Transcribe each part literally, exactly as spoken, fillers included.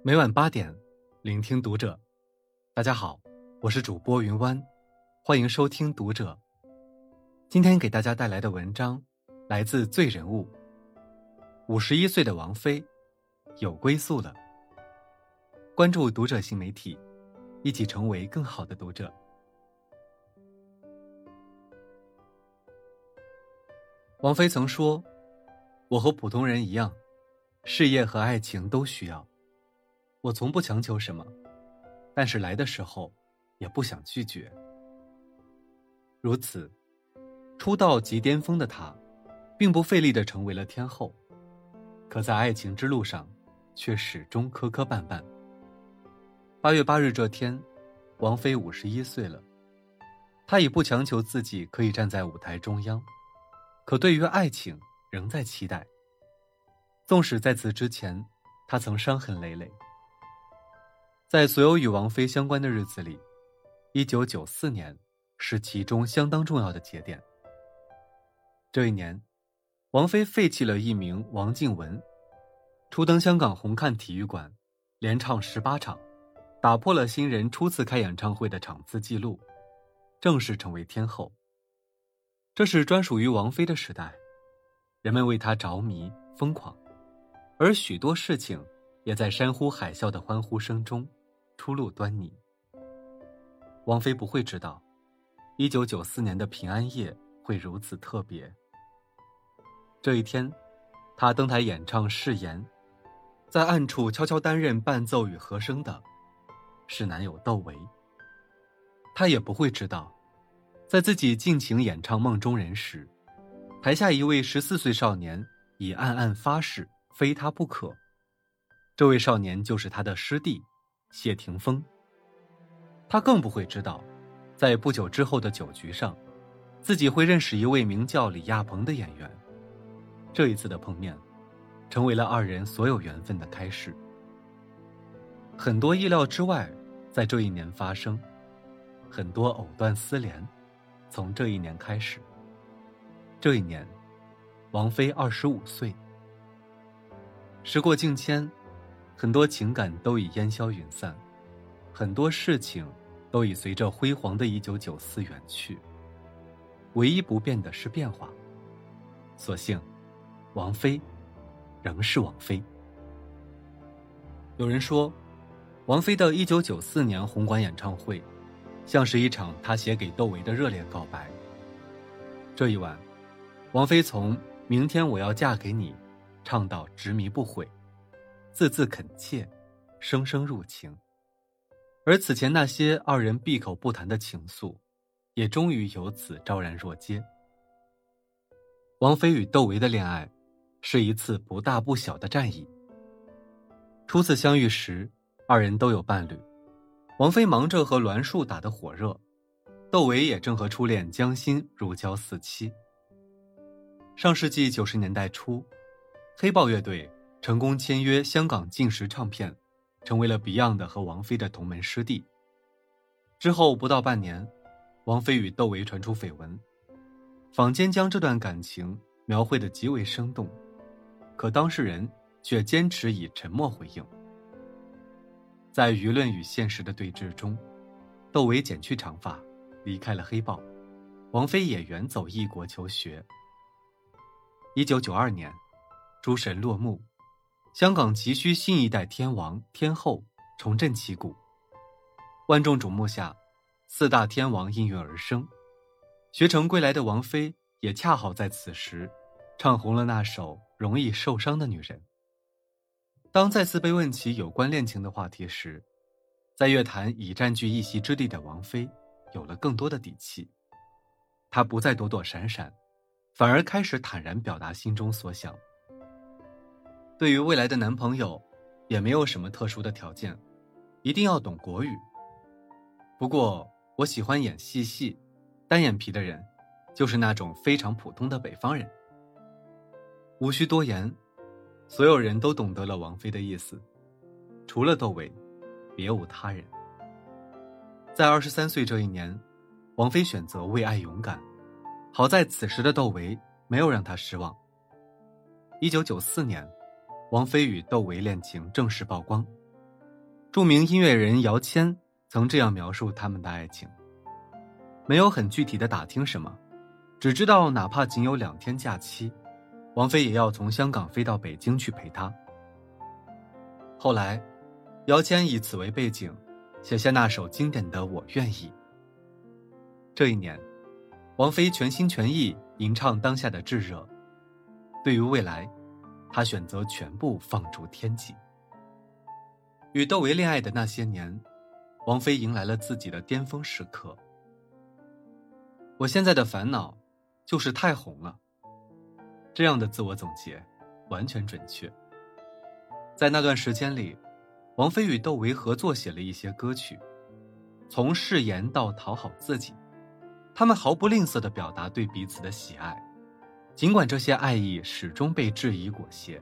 每晚八点，聆听读者。大家好，我是主播云湾，欢迎收听读者。今天给大家带来的文章来自罪人物。五十一岁的王菲有归宿了。关注读者新媒体，一起成为更好的读者。王菲曾说，我和普通人一样，事业和爱情都需要，我从不强求什么，但是来的时候也不想拒绝。如此，出道即巅峰的她并不费力地成为了天后，可在爱情之路上却始终磕磕绊绊。八月八日这天，王菲五十一岁了。她已不强求自己可以站在舞台中央，可对于爱情仍在期待。纵使在此之前，她曾伤痕累累。在所有与王菲相关的日子里，一九九四年是其中相当重要的节点。这一年，王菲废弃了艺名王靖雯，初登香港红磡体育馆，连唱十八场，打破了新人初次开演唱会的场次纪录，正式成为天后。这是专属于王菲的时代，人们为她着迷疯狂，而许多事情也在山呼海啸的欢呼声中初露端倪。王菲不会知道，一九九四年的平安夜会如此特别。这一天，她登台演唱誓言，在暗处悄悄担任伴奏与和声的是男友窦唯。她也不会知道，在自己尽情演唱梦中人时，台下一位十四岁少年已暗暗发誓非他不可。这位少年就是他的师弟谢霆锋。他更不会知道，在不久之后的酒局上，自己会认识一位名叫李亚鹏的演员。这一次的碰面，成为了二人所有缘分的开始。很多意料之外在这一年发生，很多藕断丝连从这一年开始。这一年，王菲二十五岁。时过境迁，很多情感都已烟消云散，很多事情都已随着辉煌的一九九四远去。唯一不变的是变化。所幸，王菲仍是王菲。有人说，王菲的一九九四年红馆演唱会像是一场她写给窦唯的热烈告白。这一晚，王菲从明天我要嫁给你唱到执迷不悔，字字恳切，声声入情。而此前那些二人闭口不谈的情愫，也终于由此昭然若揭。王菲与窦唯的恋爱是一次不大不小的战役。初次相遇时，二人都有伴侣，王菲忙着和栾树打得火热，窦唯也正和初恋江欣如胶似漆。上世纪九十年代初，黑豹乐队成功签约香港进时唱片，成为了 Beyond 和王菲的同门师弟。之后不到半年，王菲与窦唯传出绯闻，坊间将这段感情描绘得极为生动，可当事人却坚持以沉默回应。在舆论与现实的对峙中，窦唯剪去长发，离开了黑豹，王菲也远走异国求学。一九九二年，诸神落幕，香港急需新一代天王天后重振旗鼓。万众瞩目下，四大天王应运而生。学成归来的王菲也恰好在此时唱红了那首《容易受伤的女人》。当再次被问起有关恋情的话题时，在乐坛已占据一席之地的王菲有了更多的底气。她不再躲躲闪闪，反而开始坦然表达心中所想。对于未来的男朋友，也没有什么特殊的条件，一定要懂国语。不过，我喜欢演细细、单眼皮的人，就是那种非常普通的北方人。无需多言，所有人都懂得了王菲的意思，除了窦唯，别无他人。在二十三岁这一年，王菲选择为爱勇敢，好在此时的窦唯没有让她失望。一九九四年，王菲与窦唯恋情正式曝光， 著名音乐人姚谦曾这样描述他们的爱情：没有很具体的打听什么，只知道哪怕仅有两天假期，王菲也要从香港飞到北京去陪他。后来，姚谦以此为背景，写下那首经典的《我愿意》。这一年，王菲全心全意吟唱当下的炙热，对于未来，她选择全部放逐天际。与窦唯恋爱的那些年，王菲迎来了自己的巅峰时刻。我现在的烦恼就是太红了，这样的自我总结完全准确。在那段时间里，王菲与窦唯合作写了一些歌曲，从誓言到讨好自己，他们毫不吝啬地表达对彼此的喜爱，尽管这些爱意始终被质疑裹挟。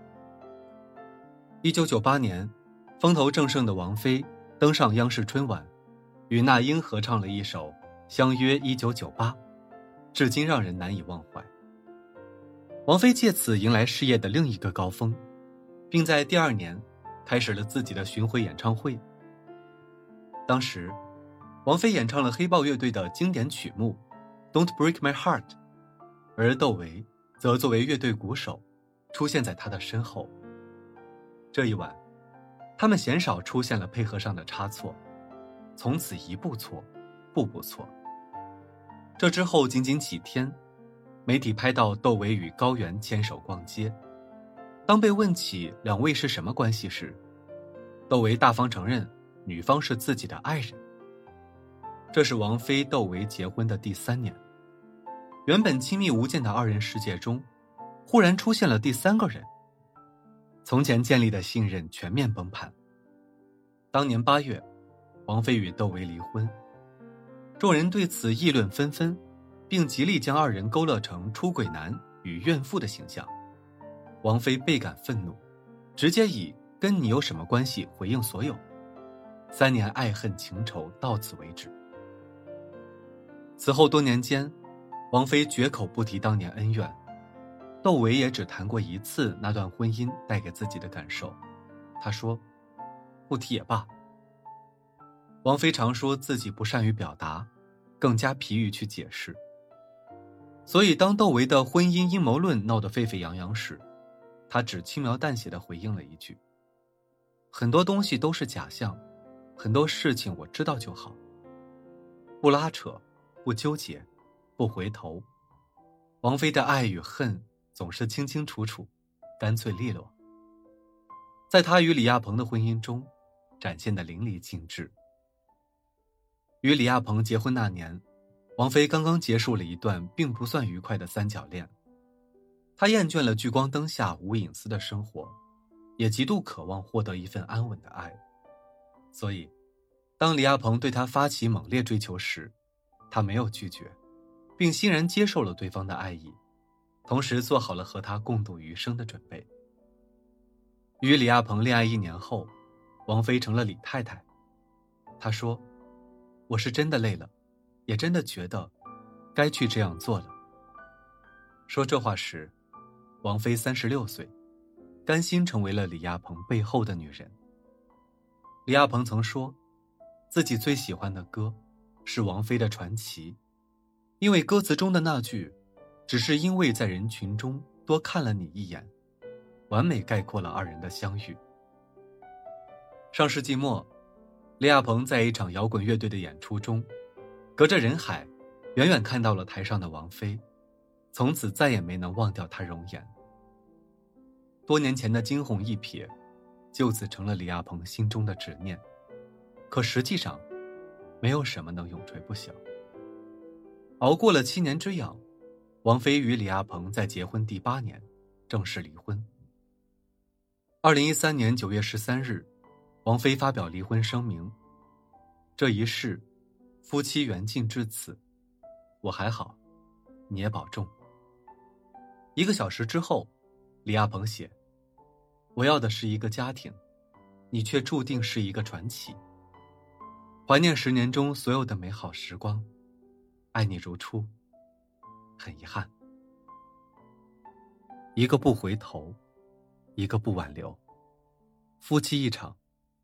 一九九八年，风头正盛的王菲登上央视春晚，与那英合唱了一首《相约一九九八》，至今让人难以忘怀。王菲借此迎来事业的另一个高峰，并在第二年开始了自己的巡回演唱会。当时，王菲演唱了黑豹乐队的经典曲目《Don't Break My Heart》，而窦唯则作为乐队鼓手出现在她的身后。这一晚，他们鲜少出现了配合上的差错，从此一步错，步步错。这之后仅仅几天，媒体拍到窦唯与高原牵手逛街。当被问起两位是什么关系时，窦唯大方承认女方是自己的爱人。这是王菲窦唯结婚的第三年，原本亲密无间的二人世界中，忽然出现了第三个人。从前建立的信任全面崩盘。当年八月，王菲与窦唯离婚，众人对此议论纷纷，并极力将二人勾勒成出轨男与怨妇的形象。王菲倍感愤怒，直接以跟你有什么关系回应所有。三年爱恨情仇到此为止。此后多年间，王菲绝口不提当年恩怨，窦唯也只谈过一次那段婚姻带给自己的感受。他说，不提也罢。王菲常说自己不善于表达，更加疲于去解释。所以当窦唯的婚姻阴谋论闹得沸沸扬扬时，他只轻描淡写地回应了一句，很多东西都是假象，很多事情我知道就好。不拉扯，不纠结，不回头。王菲的爱与恨总是清清楚楚，干脆利落，在她与李亚鹏的婚姻中展现得淋漓尽致。与李亚鹏结婚那年，王菲刚刚结束了一段并不算愉快的三角恋。她厌倦了聚光灯下无隐私的生活，也极度渴望获得一份安稳的爱。所以，当李亚鹏对她发起猛烈追求时，她没有拒绝，并欣然接受了对方的爱意，同时做好了和他共度余生的准备。与李亚鹏恋爱一年后，王菲成了李太太。她说，我是真的累了，也真的觉得该去这样做了。说这话时，王菲三十六岁，甘心成为了李亚鹏背后的女人。李亚鹏曾说，自己最喜欢的歌是王菲的《传奇》，因为歌词中的那句只是因为在人群中多看了你一眼，完美概括了二人的相遇。上世纪末，李亚鹏在一场摇滚乐队的演出中，隔着人海远远看到了台上的王菲，从此再也没能忘掉她容颜。多年前的惊鸿一瞥就此成了李亚鹏心中的执念，可实际上没有什么能永垂不朽。熬过了七年之痒，王菲与李亚鹏在结婚第八年正式离婚。二零一三年九月十三日，王菲发表离婚声明，这一世夫妻缘尽至此，我还好，你也保重。一个小时之后，李亚鹏写，我要的是一个家庭，你却注定是一个传奇。怀念十年中所有的美好时光，爱你如初，很遗憾。一个不回头，一个不挽留，夫妻一场，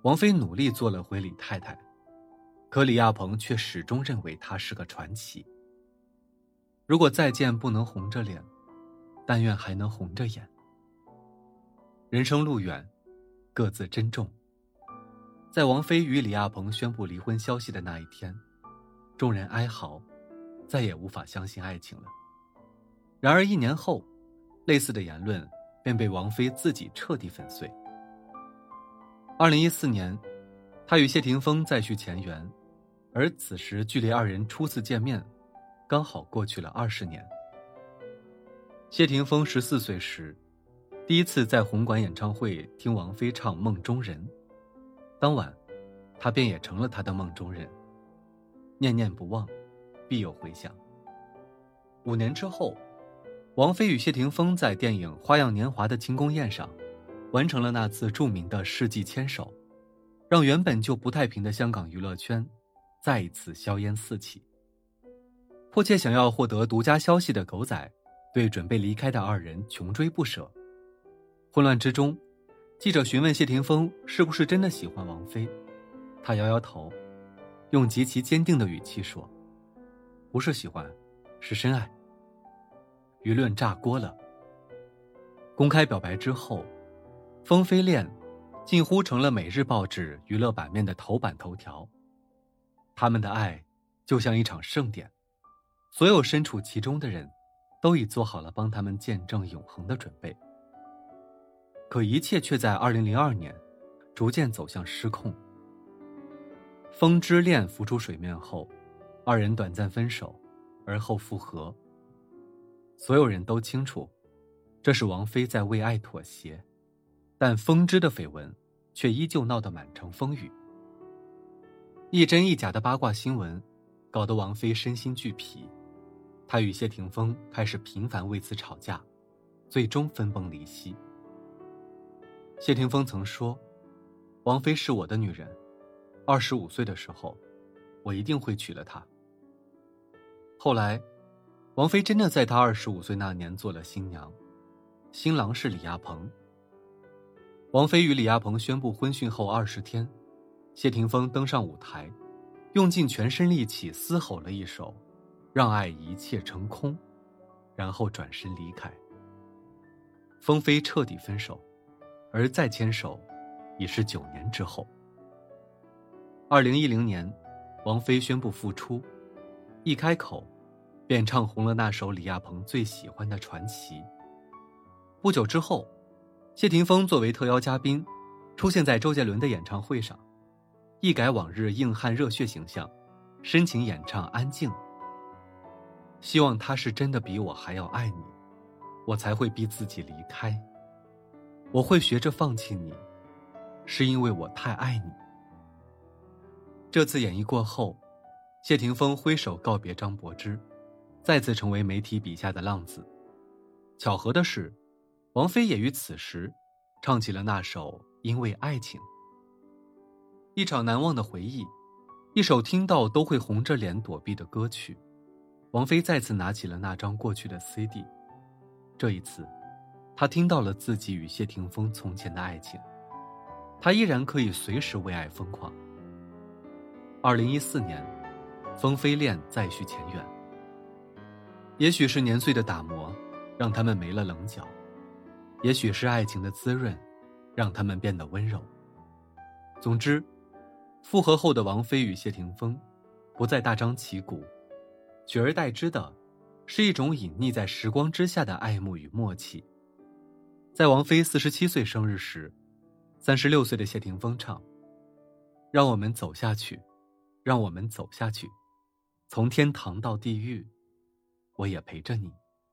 王菲努力做了回李太太，可李亚鹏却始终认为她是个传奇。如果再见不能红着脸，但愿还能红着眼。人生路远，各自珍重。在王菲与李亚鹏宣布离婚消息的那一天，众人哀嚎，再也无法相信爱情了。然而一年后，类似的言论便被王菲自己彻底粉碎。二零一四年，她与谢霆锋再续前缘，而此时距离二人初次见面刚好过去了二十年。谢霆锋十四岁时，第一次在红馆演唱会听王菲唱《梦中人》，当晚他便也成了她的梦中人，念念不忘，必有回响。五年之后，王菲与谢霆锋在电影《花样年华》的庆功宴上，完成了那次著名的世纪牵手，让原本就不太平的香港娱乐圈再一次硝烟四起。迫切想要获得独家消息的狗仔，对准备离开的二人穷追不舍。混乱之中，记者询问谢霆锋是不是真的喜欢王菲，他摇摇头，用极其坚定的语气说：“不是喜欢，是深爱。”舆论炸锅了。公开表白之后，风飞恋近乎成了每日报纸娱乐版面的头版头条。他们的爱就像一场盛典，所有身处其中的人都已做好了帮他们见证永恒的准备。可一切却在二零零二年逐渐走向失控。风之恋浮出水面后，二人短暂分手，而后复合。所有人都清楚，这是王菲在为爱妥协，但风之的绯闻却依旧闹得满城风雨。一真一假的八卦新闻搞得王菲身心俱疲，她与谢霆锋开始频繁为此吵架，最终分崩离析。谢霆锋曾说，王菲是我的女人，二十五岁的时候我一定会娶了她。后来王菲真的在她二十五岁那年做了新娘，新郎是李亚鹏。王菲与李亚鹏宣布婚讯后二十天，谢霆锋登上舞台，用尽全身力气嘶吼了一首《让爱一切成空》，然后转身离开。风飞彻底分手，而再牵手已是九年之后。二零一零年，王菲宣布复出，一开口便唱红了那首李亚鹏最喜欢的《传奇》。不久之后，谢霆锋作为特邀嘉宾出现在周杰伦的演唱会上，一改往日硬汉热血形象，深情演唱《安静》。希望他是真的比我还要爱你，我才会逼自己离开。我会学着放弃你，是因为我太爱你。这次演绎过后，谢霆锋挥手告别张柏芝，再次成为媒体笔下的浪子。巧合的是，王菲也于此时唱起了那首《因为爱情》。一场难忘的回忆，一首听到都会红着脸躲避的歌曲。王菲再次拿起了那张过去的 C D， 这一次她听到了自己与谢霆锋从前的爱情，她依然可以随时为爱疯狂。二零一四年，风飞恋再续前缘。也许是年岁的打磨让他们没了棱角，也许是爱情的滋润让他们变得温柔。总之，复合后的王菲与谢霆锋不再大张旗鼓，取而代之的是一种隐匿在时光之下的爱慕与默契。在王菲四十七岁生日时，三十六岁的谢霆锋唱：让我们走下去，让我们走下去，从天堂到地狱，我也陪着你。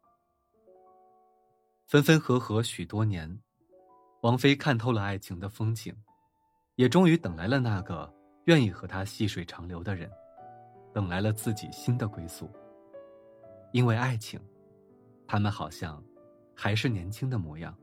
分分合合许多年，王菲看透了爱情的风景，也终于等来了那个愿意和她细水长流的人，等来了自己新的归宿。因为爱情，他们好像还是年轻的模样。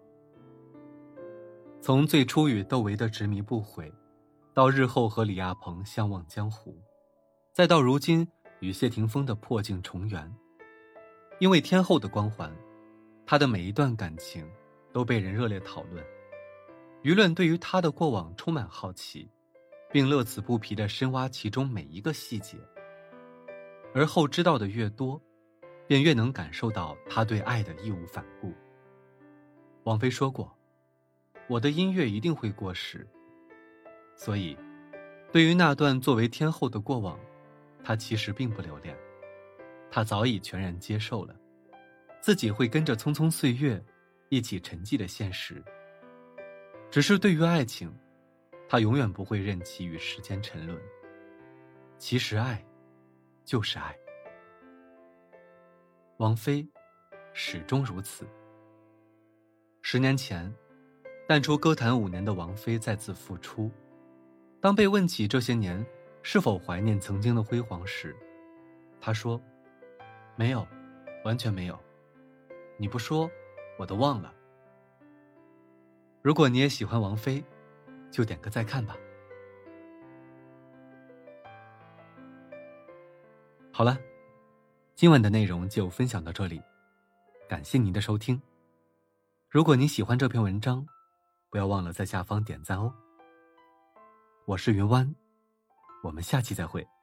从最初与窦唯的执迷不悔，到日后和李亚鹏相忘江湖，再到如今与谢霆锋的破镜重圆。因为天后的光环，她的每一段感情都被人热烈讨论。 舆论对于他的过往充满好奇，并乐此不疲地深挖其中每一个细节。而后知道的越多，便越能感受到他对爱的义无反顾。王菲说过，我的音乐一定会过时，所以对于那段作为天后的过往，她其实并不留恋，她早已全然接受了自己会跟着匆匆岁月一起沉寂的现实。只是对于爱情，她永远不会任其与时间沉沦。其实爱就是爱。王菲始终如此。十年前，淡出歌坛五年的王菲再次复出。当被问起这些年是否怀念曾经的辉煌时，她说：没有，完全没有。你不说，我都忘了。如果你也喜欢王菲，就点个再看吧。好了，今晚的内容就分享到这里，感谢您的收听。如果你喜欢这篇文章，不要忘了在下方点赞哦。我是云湾，我们下期再会。